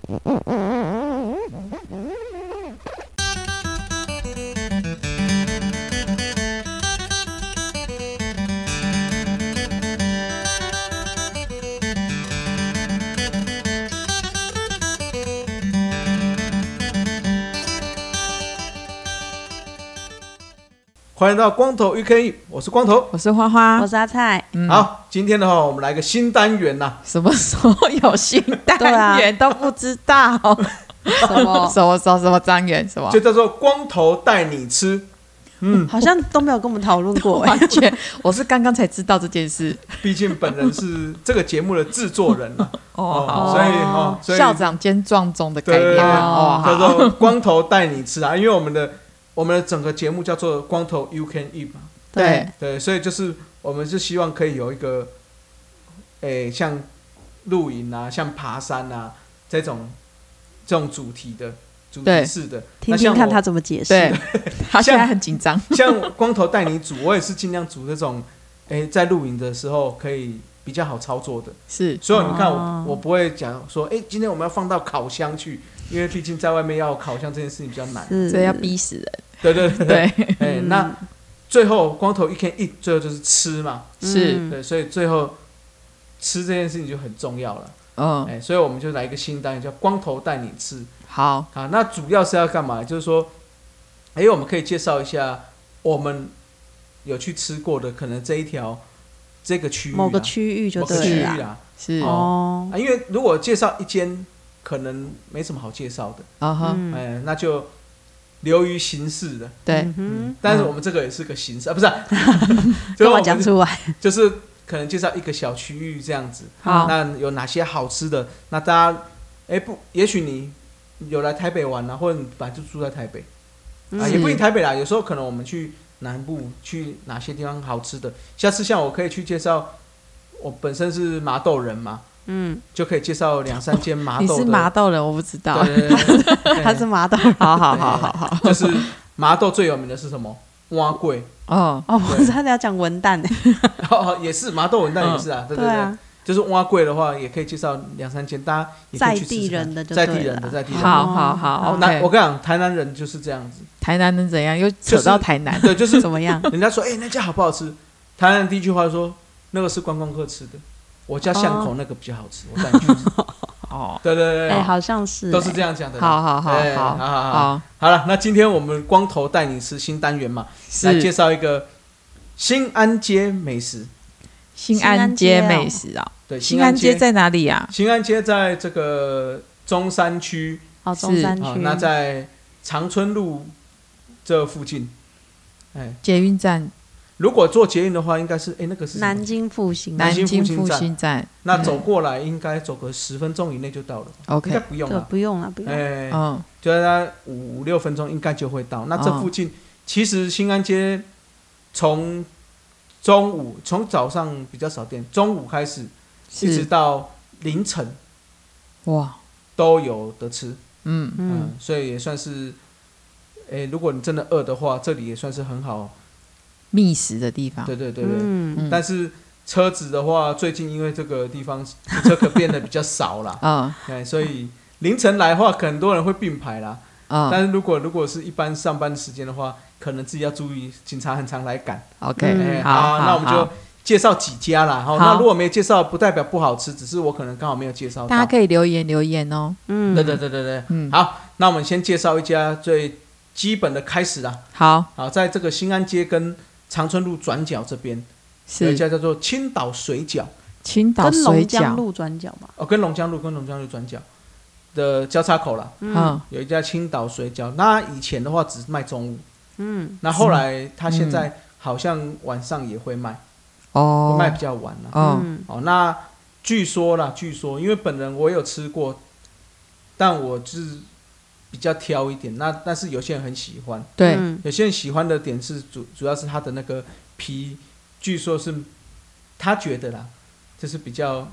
欢迎到光头 UK， 我是光头， 我是花花， 我是阿菜。 好，今天的话我们来个新单元啦。 什么时候有新单元都不知道。什么单元？什么？ 就叫做光头带你吃。 好像都没有跟我们讨论过。 完全，我是刚刚才知道这件事。 毕竟本人是这个节目的制作人啦。所以校长兼撞钟的概念叫做光头带你吃啊，因为我们的整个节目叫做光头 You Can Eat 嘛。对，所以就是我们是希望可以有一个，像露营啊，像爬山啊这种主题式的， 听听看他怎么解释。 对，他现在很紧张。 像光头带你煮，我也是尽量煮这种，在露营的时候可以比较好操作的。 是， 所以你看我不会讲说，今天我们要放到烤箱去，因为毕竟在外面要烤箱这件事情比较难， 所以要逼死人。 对，那最后光头一天一，最后就是吃嘛， 是， 对，所以最后吃这件事情就很重要了。所以我们就来一个新单元，叫光头带你吃。 好， 那主要是要干嘛？就是说，我们可以介绍一下我们有去吃过的，可能这个区域某个区域就对了。 是因为如果介绍一间，可能没什么好介绍的。那就流于形式的。 对， 但是我们这个也是个形式啊，不是？ 跟我讲出来， 就是可能介绍一个小区域这样子。 好， 那有哪些好吃的？那大家也许你有来台北玩啊，或者你本来就住在台北也不一定台北啦。有时候可能我们去南部，去哪些地方好吃的，下次像我可以去介绍，我本身是麻豆人嘛，就可以介绍2-3间麻豆的。 你是麻豆人，我不知道。 对他是麻豆人。 好， 就是麻豆最有名的是什么？碗粿。 我差点要讲文旦。 也是麻豆文旦也是啊，对。就是碗粿的话，也可以介绍2-3间，大家也可以去吃吃看。 在地人的。 好。 那我跟你讲，台南人就是这样子。 台南人怎样？又扯到台南。 对，就是怎么样？ 人家说，那家好不好吃？台南第一句话说，那个是观光客吃的，我家巷口那个比较好吃，我带你去吃。对， 好像是， 都是这样讲的。 好， 好了，那今天我们光头带你吃新单元嘛，来介绍一个新安街美食。 新安街美食啊， 对， 新安街在哪里啊？ 新安街在这个中山区。 中山区。 那在长春路这附近。 捷运站。 如果坐捷运的话，应该是那个是南京复兴站。 那走过来应该走个10分钟以内就到了。 OK， 应该不用了。 不用了。 就在它5-6分钟应该就会到。那这附近其实新安街从早上比较少店，中午开始一直到凌晨，都有得吃。所以也算是，如果你真的饿的话，这里也算是很好觅食的地方。 对。但是车子的话，最近因为这个地方车可变得比较少啦。所以凌晨来的话，很多人会并排啦。但是如果是一般上班时间的话，可能自己要注意，警察很常来赶。 OK， 好，那我们就介绍几家啦。那如果没介绍，不代表不好吃，只是我可能刚好没有介绍到。 大家可以留言哦。 对。好，那我们先介绍一家最基本的开始啦。好，在这个新安街跟长春路转角这边，有一家叫做青岛水饺。 跟龙江路转角嘛。 跟龙江路转角的交叉口啦。有一家青岛水饺。那以前的话只卖中午。那后来他现在好像晚上也会卖。会卖比较晚啦。那据说因为本人我有吃过，但我是比较挑一点。但是有些人很喜欢。 对。 有些人喜欢的点是主要是他的那个皮，据说是他觉得啦，就是比较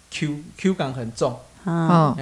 Q 感很重。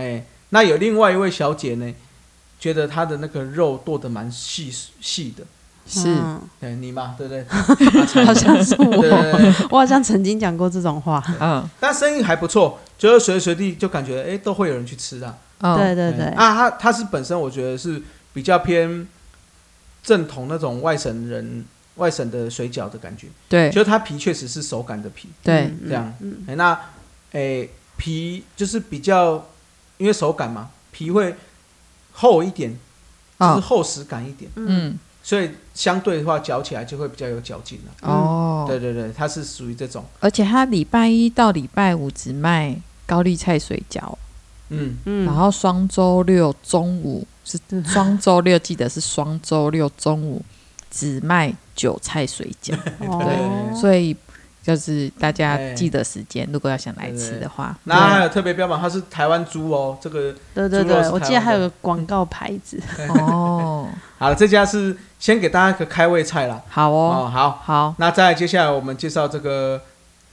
那有另外一位小姐呢，觉得她的那个肉剁得蛮细的。 是， 对你嘛，对不对？ 好像是我， 对对对， 我好像曾经讲过这种话。 但生意还不错，就是随时随地就感觉都会有人去吃啊。 对对对， 它是本身我觉得是比较偏正统那种外省的水饺的感觉。 对， 就是它皮确实是手擀的皮。 对， 这样。那皮就是比较，因为手擀嘛，皮会厚一点，就是厚实感一点。所以相对的话嚼起来就会比较有嚼劲了。对对对，它是属于这种。 而且它礼拜一到礼拜五只卖高丽菜水饺。然后双周六中午是双周六，记得是双周六中午只卖韭菜水饺。对，所以就是大家记得时间，如果要想来吃的话。 那还有特别标榜它是台湾猪哦，这个对对对，我记得还有个广告牌子。 好了，这家是先给大家一个开胃菜啦。 好哦， 好。那再来接下来我们介绍这个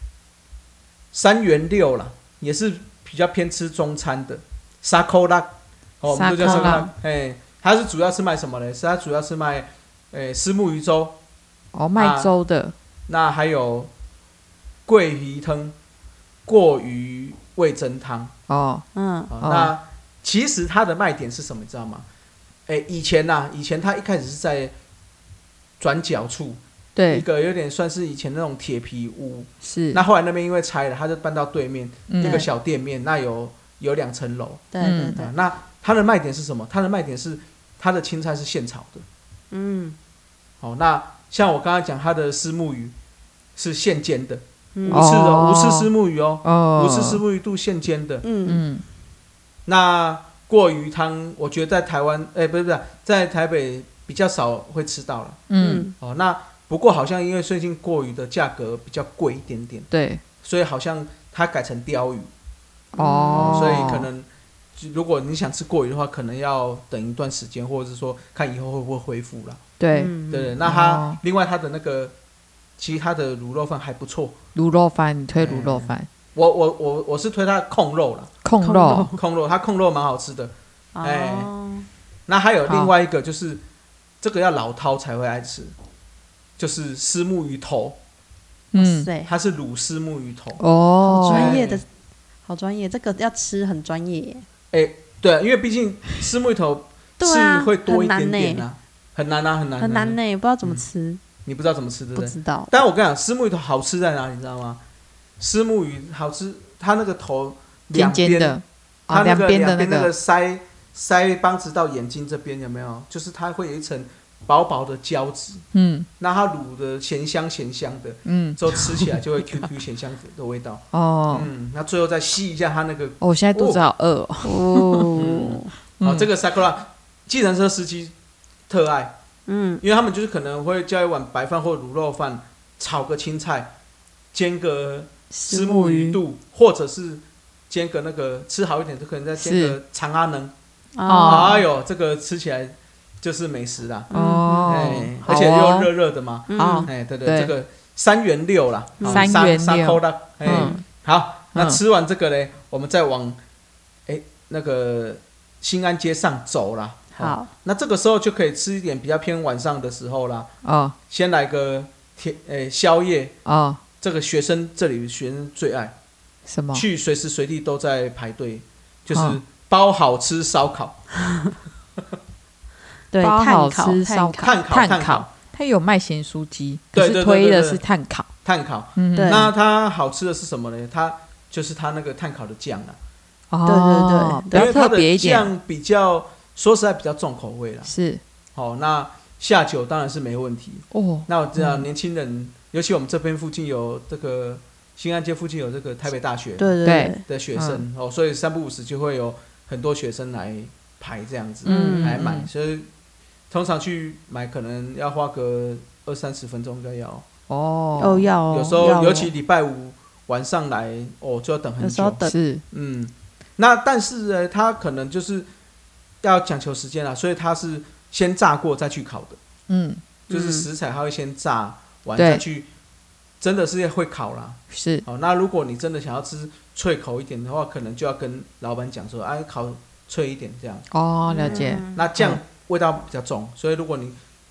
3元6啦，也是比较偏吃中餐的沙扣拉。我们都叫沙扣拉。它是主要是卖什么呢？它主要是卖虱目鱼粥。 卖粥的。 那还有桂鱼汤、过鱼味噌汤。那其实它的卖点是什么？你知道吗？以前它一开始是在转角处，对，一个有点算是以前那种铁皮屋。是。那后来那边因为拆了，他就搬到对面那个小店面，那有2层楼。 对对对。 那它的卖点是什么？它的卖点是它的青菜是现炒的。那像我刚刚讲，它的虱目鱼是现煎的，无刺虱目鱼哦，无刺虱目鱼肚现煎的。那过鱼汤，我觉得在台湾，不是，在台北比较少会吃到了。那不过好像因为最近过鱼的价格比较贵一点点，对，所以好像它改成鲷鱼。所以可能如果你想吃过鱼的话，可能要等一段时间，或者是说看以后会不会恢复了。对，对。那它另外它的那个，其实它的卤肉饭还不错。卤肉饭，你推卤肉饭？我是推它控肉啦。控肉，它控肉蛮好吃的。那还有另外一个就是这个要老饕才会爱吃，就是虱目鱼头。它是卤虱目鱼头。 好专业的，好专业，这个要吃很专业耶。 对，因为毕竟虱目鱼头是会多一点点啊，很难啊，很难呢，不知道怎么吃。 你不知道怎么吃，对不对？ 不知道。 但我跟你讲，虱目鱼头好吃在哪里，你知道吗？虱目鱼好吃，它那个头两边的，它那个两边那个腮帮直到眼睛这边有没有？就是它会有一层薄薄的胶质。那它卤的咸香的。之后吃起来就会 QQ 咸香的味道。那最后再吸一下它那个。 我现在肚子好饿哦。 这个 sakura 计程车司机特爱。因为他们就是可能会叫一碗白饭或卤肉饭，炒个青菜，煎个虱目鱼肚，或者是煎个那个吃好一点，就可能再煎个长阿能。哎呦，这个吃起来就是美食啦。而且又热热的嘛。对，这个3元6啦，3元6啦。好，那吃完这个呢，我们再往那个新安街上走啦。好，那这个时候就可以吃一点比较偏晚上的时候啦。先来个宵夜。这个这里学生最爱什么？去随时随地都在排队，就是包好吃烧烤。 对，包好吃烧烤，炭烤。它有卖咸酥鸡，可是推的是炭烤。 那它好吃的是什么呢？它就是它那个炭烤的酱啊。对，比较特别一点。 酱比较。说实在比较重口味啦。是。那下酒当然是没问题。那我知道年轻人，尤其我们这边附近有这个新安街附近有这个台北大学的学生。所以3不5时就会有很多学生来排这样子。来买。所以通常去买可能要花个20-30分钟应该要。 要。 有时候尤其礼拜五晚上来就要等很久。 是。 那但是呢，他可能就是要讲求时间啦，所以它是先炸过再去烤的。就是食材它会先炸完再去，真的是会烤啦。是。那如果你真的想要吃脆口一点的话，可能就要跟老板讲说，烤脆一点这样。 了解。 那酱味道比较重，所以如果你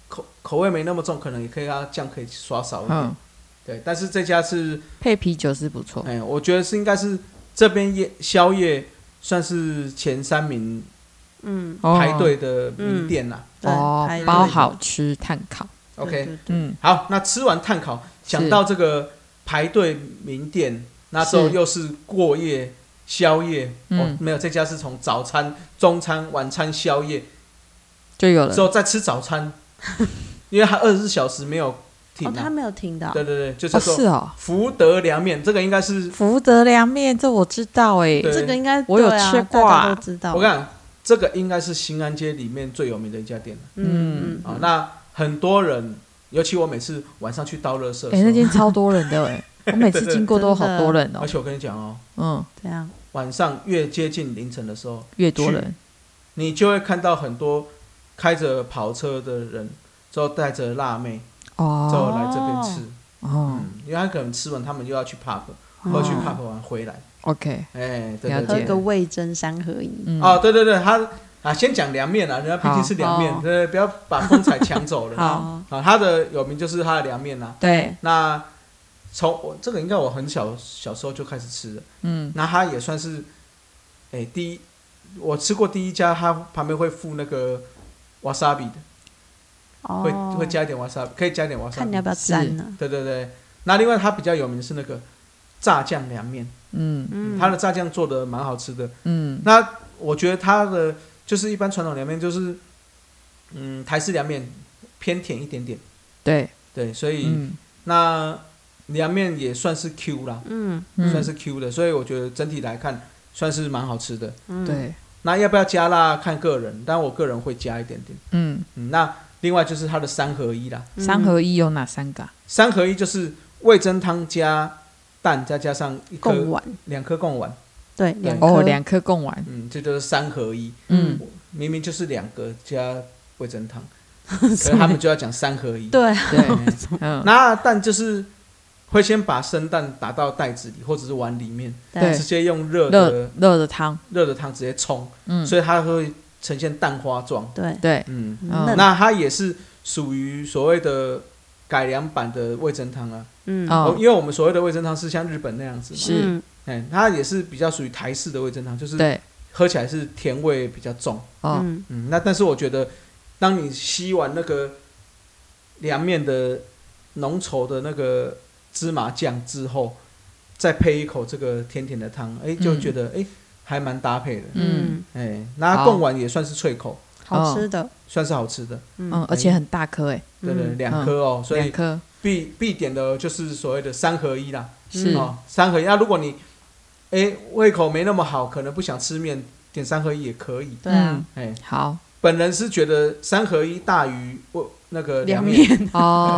口味没那么重，可能也可以让它酱可以刷少一点。对，但是这家是配啤酒是不错。 我觉得是应该是这边宵夜算是前3名，排队的名店啦。 包好吃炭烤。 OK， 好，那吃完炭烤，讲到这个排队名店，那时候又是过夜宵夜，没有，这家是从早餐、中餐、晚餐、宵夜就有了， 之后再吃早餐，因为它24小时没有停它没有停的。 对对对，就叫做福德凉面，这个应该是福德凉面，这我知道这个应该我有吃过， 大家都知道。 我看这个应该是新安街里面最有名的一家店了。那很多人，尤其我每次晚上去倒垃圾， 那间超多人的我每次经过都好多人而且我跟你讲这样晚上越接近凌晨的时候， 越多人， 你就会看到很多开着跑车的人，之后带着辣妹，之后来这边吃。因为他可能吃完，他们又要去 pub，或者去 pub 完回来。 OK， 对， 喝个味噌3合一。 对对对，他先讲凉面啦，人家毕竟是凉面，对，不要把风采抢走了。他的有名就是他的凉面啦。 对， 那从这个应该我很小时候就开始吃了。那他也算是，我吃过第一家，他旁边会附那个 wasabi 的。会加一点 wasabi， 可以加一点 wasabi， 看你要不要沾呢？ 对对对，那另外它比较有名的是那个炸酱凉面，它的炸酱做的蛮好吃的。那我觉得它的就是一般传统凉面，就是台式凉面偏甜一点点。 对对，所以那凉面也算是 Q 啦，算是 Q 的，所以我觉得整体来看算是蛮好吃的。 对， 那要不要加辣看个人，但我个人会加一点点。那另外就是它的3合一啦。 3合一有哪3个 ？3合一就是味噌汤加蛋，再加上2颗贡丸。 对，2 颗贡丸。 这就是3合一。明明就是2个加味噌汤，可是他们就要讲3合一。 对对。那蛋就是会先把生蛋打到袋子里或者是碗里面，直接用热的汤直接冲，所以它会呈现蛋花状。 对， 那它也是属于所谓的改良版的味噌汤啊。因为我们所谓的味噌汤是像日本那样子嘛， 是， 它也是比较属于台式的味噌汤，就是喝起来是甜味比较重。那但是我觉得，当你吸完那个凉面的浓稠的那个芝麻酱之后，再配一口这个甜甜的汤，就觉得还蛮搭配的。那贡丸也算是脆口， 好吃的， 算是好吃的。 而且很大颗对对，2颗哦，所以 2颗必点的就是所谓的3合一啦。 是 3合一。那如果你胃口没那么好，可能不想吃面，点3合一也可以。 对啊， 好。 本人是觉得3合一大于那个凉面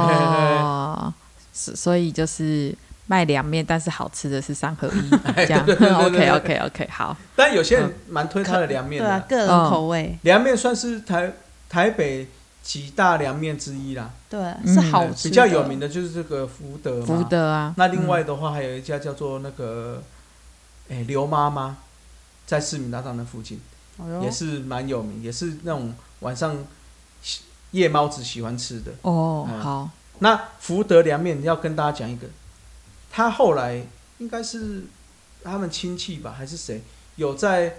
所以就是卖凉面，但是好吃的是3合一，这样。OK， 好。 但有些人蛮推他的凉面的， 对啊，个人口味。 凉面算是台北几大凉面之一啦。 对，是好吃的。 比较有名的就是这个福德啊。 那另外的话，还有一家叫做那个刘妈妈，在市民大道那附近，也是蛮有名，也是那种晚上夜猫子喜欢吃的。 好。 那福德凉面要跟大家讲一个，他后来应该是他们亲戚吧，还是谁有在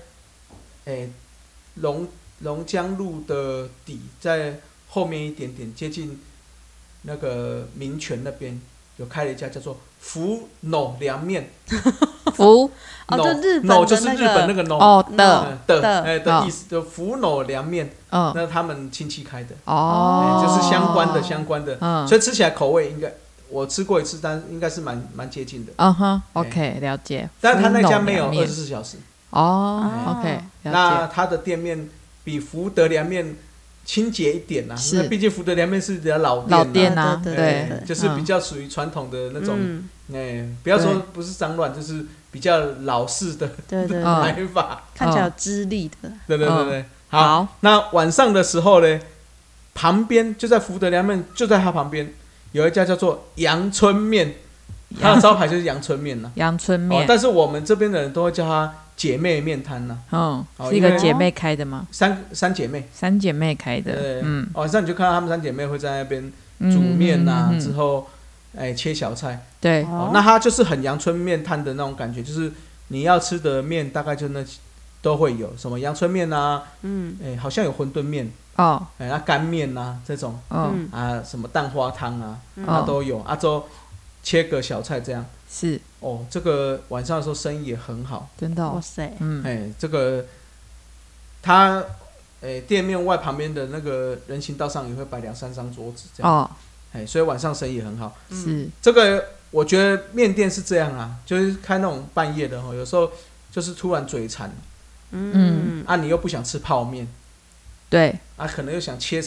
龙江路的底，在后面一点点接近那个民权那边，有开了一家叫做福脑凉面。 福就是日本那个的意思，就福脑凉面。那他们亲戚开的，就是相关的，所以吃起来口味应该我吃过一次，但应该是蛮接近的。 OK， 了解。 但是他那家没有24小时。 OK， 了解。 那他的店面比福德凉面清洁一点啦，那毕竟福德凉面是比较老店啊， 对，就是比较属于传统的那种，不要说不是脏乱，就是比较老式的买法， 看起来有资历的。 对。好，那晚上的时候呢，旁边就在福德凉面，就在它旁边有一家叫做阳春面，它的招牌就是阳春面啦。 阳春面， 但是我们这边的人都会叫它姐妹面摊呐， 是一个姐妹开的吗？ 三姐妹， 三姐妹开的， 对，晚上你就看到他们三姐妹会在那边煮面呐，之后切小菜， 对， 那它就是很阳春面摊的那种感觉，就是你要吃的面大概就那都会有，什么阳春面啊，好像有馄饨面那干面啊这种，什么蛋花汤啊，它都有，就切个小菜这样。 是这个晚上的时候生意也很好， 真的哇塞， 这个他店面外旁边的那个人行道上也会摆2-3张桌子这样，所以晚上生意很好。 是这个我觉得面店是这样啊，就是开那种半夜的有时候就是突然嘴馋，你又不想吃泡面， 对， 可能又想切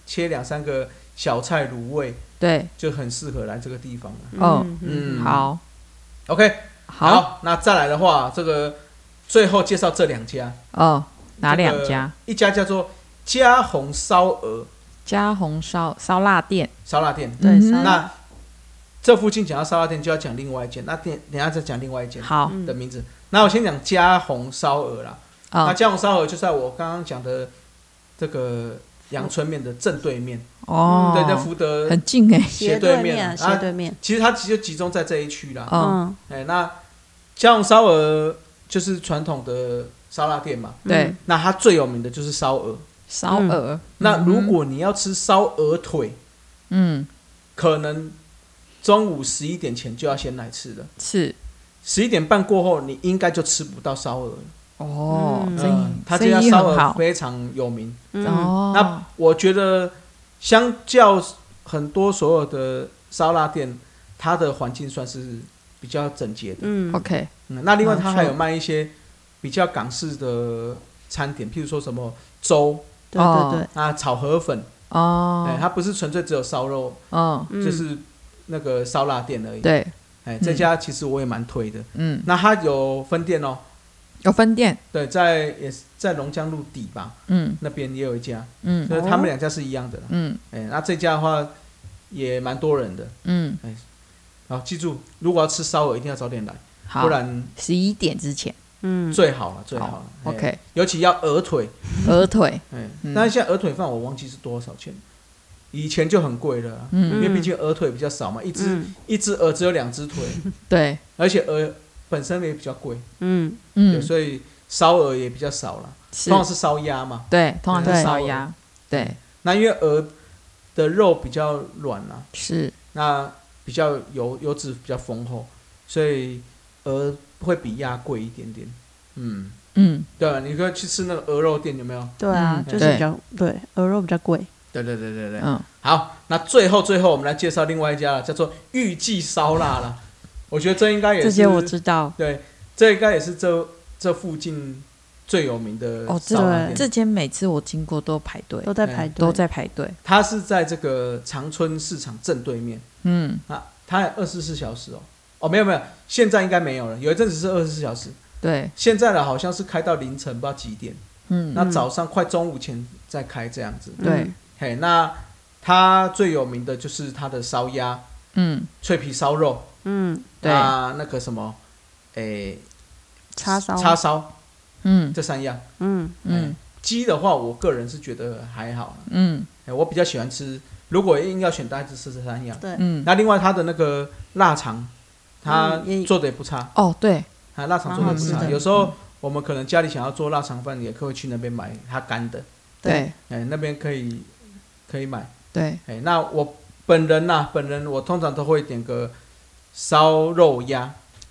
2-3个小菜卤味， 对， 就很适合来这个地方好 ，OK， 好，那再来的话，这个最后介绍这2家哪2家？ 一家叫做嘉宏烧鹅， 嘉宏烧腊店， 对，那这附近讲到烧腊店就要讲另外一间，那等一下再讲另外一间的名字。那我先讲嘉宏烧鹅啦，那嘉宏烧鹅就在我刚刚讲的这个阳春面的正对面，对，在福德很近斜对面，斜对面。 其实它就集中在这一区啦。那嘉宏烧鹅就是传统的烧腊店嘛， 对。 那它最有名的就是烧鹅。那如果你要吃烧鹅腿，可能中午11点前就要先来吃了。 是 ，11点半过后，你应该就吃不到烧鹅了。他这家烧鹅非常有名。那我觉得相较很多所有的烧腊店，它的环境算是比较整洁的。 OK。 那另外它还有卖一些比较港式的餐点，譬如说什么粥， 对炒河粉。它不是纯粹只有烧肉，就是那个烧腊店而已。 对。 这家其实我也蛮推的。那它有分店哦。 有分店， 对，也是在龙江路底吧，那边也有一家，所以他们2家是一样的啦。那这家的话也蛮多人的。好，记住，如果要吃烧鹅，一定要早点来，不然 11点之前， 最好了，最好了。 OK， 尤其要鹅腿。那现在鹅腿饭我忘记是多少钱，以前就很贵了，因为毕竟鹅腿比较少嘛，一只鹅只有2只腿， 对， 而且鹅本身也比较贵，对，所以烧鹅也比较少了，通常是烧鸭嘛， 对，通常是烧鸭，对。 那因为鹅的肉比较软啊， 是， 那比较油脂比较丰厚，所以鹅会比鸭贵一点点，对吧？你可以去吃那个鹅肉店，有没有？ 对啊，就是比较鹅肉比较贵。 对，好，那最后我们来介绍另外一家了，叫做玉记烧腊啦。我觉得这应该也是这些我知道， 对，这应该也是这附近最有名的烧腊店。 这间每次我经过都排队， 都在排队。 它是在这个长春市场正对面。它有24小时没有，现在应该没有了。有一阵子是24小时， 对， 现在好像是开到凌晨不知道几点。那早上快中午前再开这样子。 对， 那它最有名的就是它的烧鸭，脆皮烧肉。 对， 那个什么，叉烧，这3样，鸡的话，我个人是觉得还好，我比较喜欢吃，如果硬要选，大概是这3样， 对， 那另外它的那个腊肠，它做的也不差， 对， 腊肠做的不差，有时候我们可能家里想要做腊肠饭，也可以去那边买它干的， 对， 那边可以买， 对， 那我本人我通常都会点个烧肉加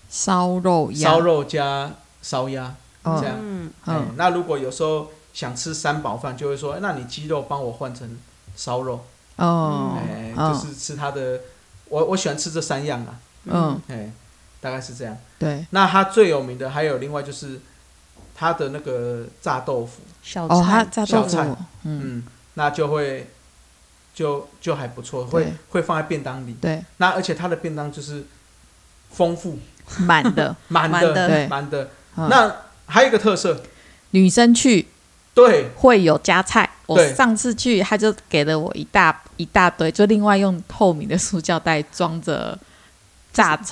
烧鸭，这样。那如果有时候想吃3宝饭，就会说，那你鸡肉帮我换成烧肉。就是吃它的，我喜欢吃这3样啊。大概是这样。 对。 那它最有名的还有另外就是它的那个炸豆腐。 小菜。 小菜。 那就会就还不错，会放在便当里。 对。 那而且它的便当就是丰富。 满的。 那还有一个特色， 女生去对会有加菜。我上次去，他就给了我一大堆，就另外用透明的塑胶袋装着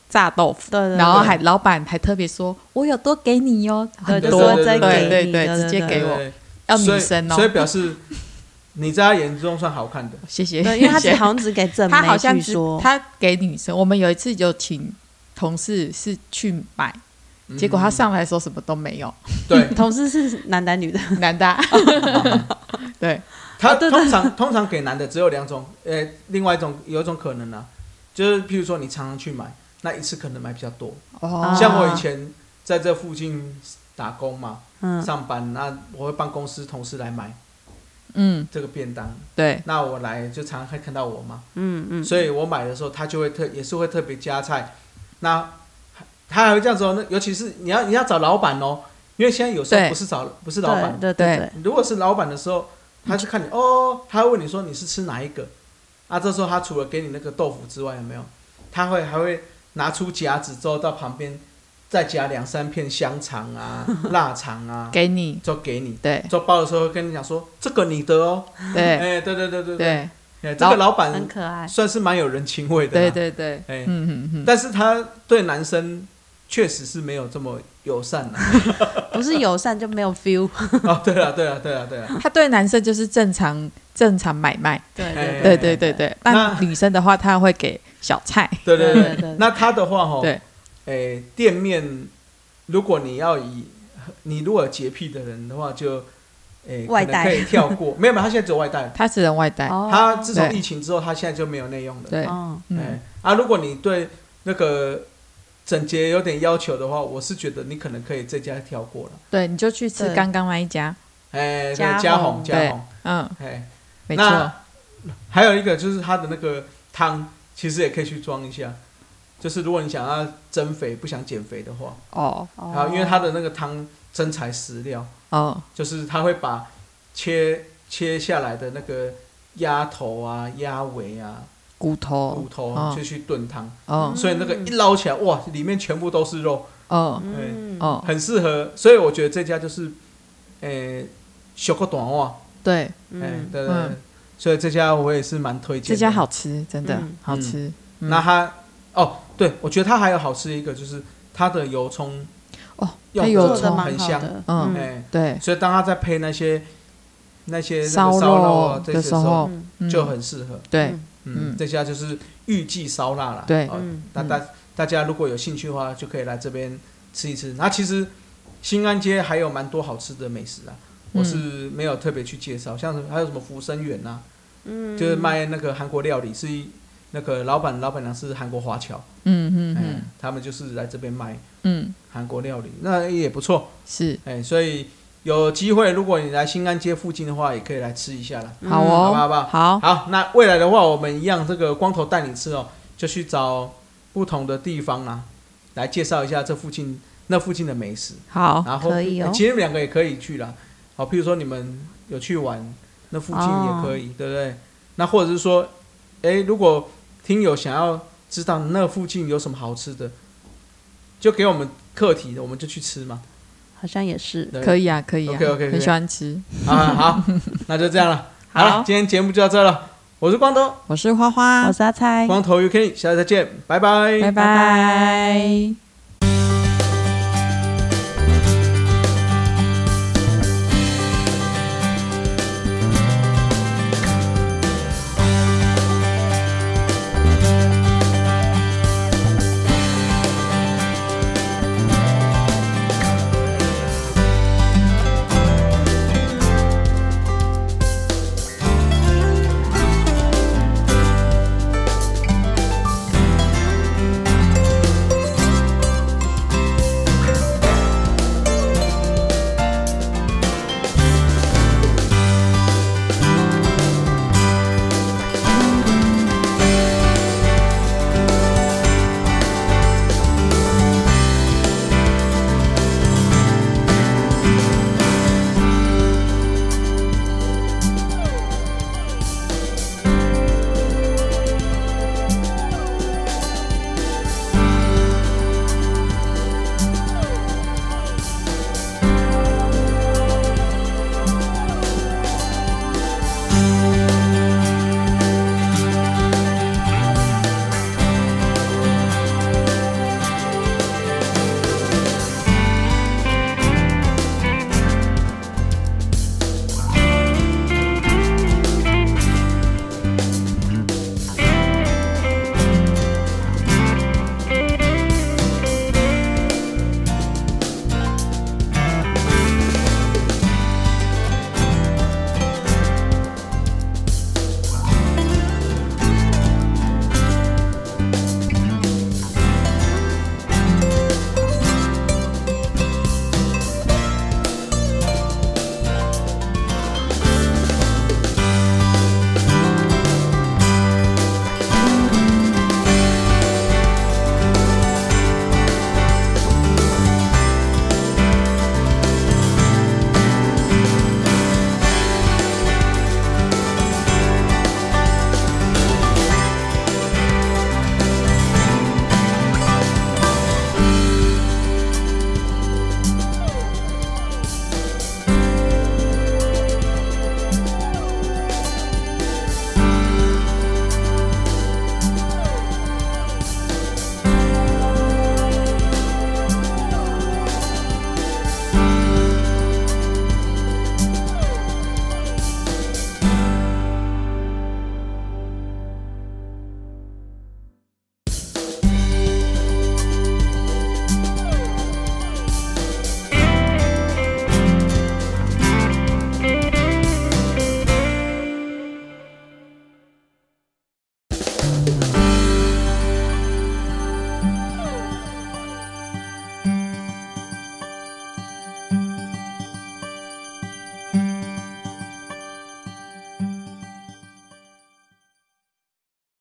炸豆腐， 对， 然后老板还特别说我有多给你哟，很多， 对，直接给我，要女生哦， 所以表示你在他眼中算好看的， 谢谢。 对，因为他好像只给正妹， 他好像他给女生。我们有一次就请同事是去买，结果他上来的时候什么都没有。 对， 同事是男的女的？ 男的。对， 他通常给男的只有2种，另外有一种可能啊，就是譬如说你常常去买，那一次可能买比较多。像我以前在这附近打工嘛，上班，那我会帮公司同事来买。这个便当， 对， 那我来就常常会看到我嘛，所以我买的时候，他就会也是会特别加菜，那他还会这样子哦，尤其是你要找老板哦，因为现在有时候不是老板， 对， 如果是老板的时候，他就看你哦，他会问你说你是吃哪一个，啊，这时候他除了给你那个豆腐之外，有没有？他还会拿出夹子之后到旁边。再加2-3片香肠啊、腊肠啊， 给你， 就给你。 对， 做包的时候会跟你讲说，这个你的哦。 对， 对，这个老板很可爱， 算是蛮有人情味的。 对， 但是他对男生确实是没有这么友善啦。 不是友善就没有 feel。 哦，对了。 他对男生就是正常买卖。 对。 那女生的话，他会给小菜。 对。那他的话哈，对。店面，如果你如果有洁癖的人的话，就外带可以跳过。没有，他现在只有外带。 他只能外带。 他自从疫情之后，他现在就没有内用了。 对。 如果你对那个整洁有点要求的话，我是觉得你可能可以这家跳过了。 对，你就去吃刚刚那一家。 嘉宏。 没错。 还有一个就是他的那个汤，其实也可以去装一下。就是如果你想要增肥不想减肥的话，因为它的那个汤真材实料，就是他会把切下来的那个鸭头啊、鸭尾啊、骨头就去炖汤，所以那个一捞起来，哇，里面全部都是肉，很适合。所以我觉得这家就是小个短袜， 对， 对，所以这家我也是蛮推荐的。 这家好吃，真的好吃。 那它对，我觉得它还有好吃一个，就是它的油葱， 它油葱很香， 对， 所以当它在配那些烧肉的时候， 就很适合。 对， 这家就是预计烧腊啦。 对， 大家如果有兴趣的话，就可以来这边吃一吃。那其实新安街还有蛮多好吃的美食啊，我是没有特别去介绍，像还有什么福生园啊，就是卖那个韩国料理，是那个老板娘是韩国华侨，他们就是来这边卖韩国料理，那也不错。 是， 所以有机会，如果你来新安街附近的话，也可以来吃一下啦。 好哦， 好不好？好，那未来的话，我们一样，这个光头带你吃哦，就去找不同的地方啦，来介绍一下那附近的美食。 好， 然后可以哦， 其实2个也可以去啦。好，譬如说你们有去玩，那附近也可以，对不对？那或者是说，如果听友想要知道那附近有什么好吃的，就给我们课题的，我们就去吃嘛。 好像也是， 可以啊 ，OK， 很喜欢吃。 好，那就这样了。好了，今天节目就到这了。我是光头， 我是花花， 我是阿菜， 光头 UK， 下次再见，拜拜， 拜拜。